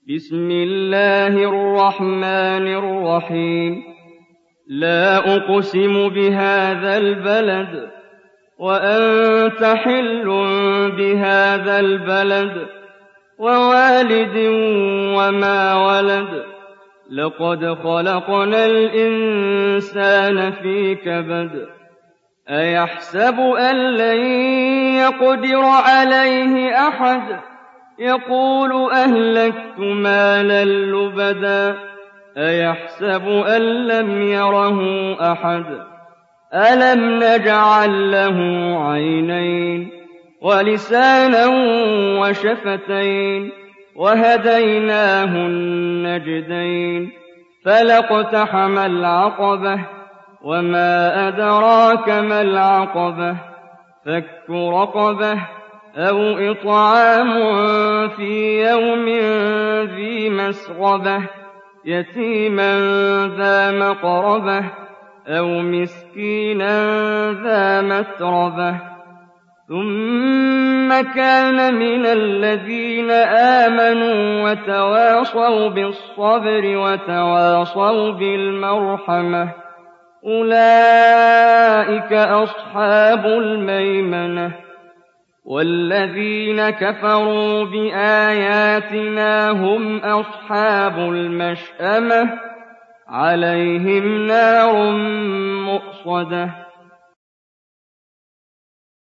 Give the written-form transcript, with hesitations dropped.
بسم الله الرحمن الرحيم لا أقسم بهذا البلد وأنت حل بهذا البلد ووالد وما ولد لقد خلقنا الإنسان في كبد أيحسب أن لن يقدر عليه أحد يقول أهلكت مالا لبدا أيحسب أن لم يره أحد ألم نجعل له عينين ولسانا وشفتين وهديناه النجدين فلاقتحم العقبة وما أدراك ما العقبة فك رقبة أو إطعام في يوم ذي مسغبة يتيما ذا مقربة أو مسكينا ذا متربة ثم كان من الذين آمنوا وتواصوا بالصبر وتواصوا بالمرحمة أولئك أصحاب الميمنة والذين كفروا بآياتنا هم أصحاب المشأمة عليهم نار مؤصدة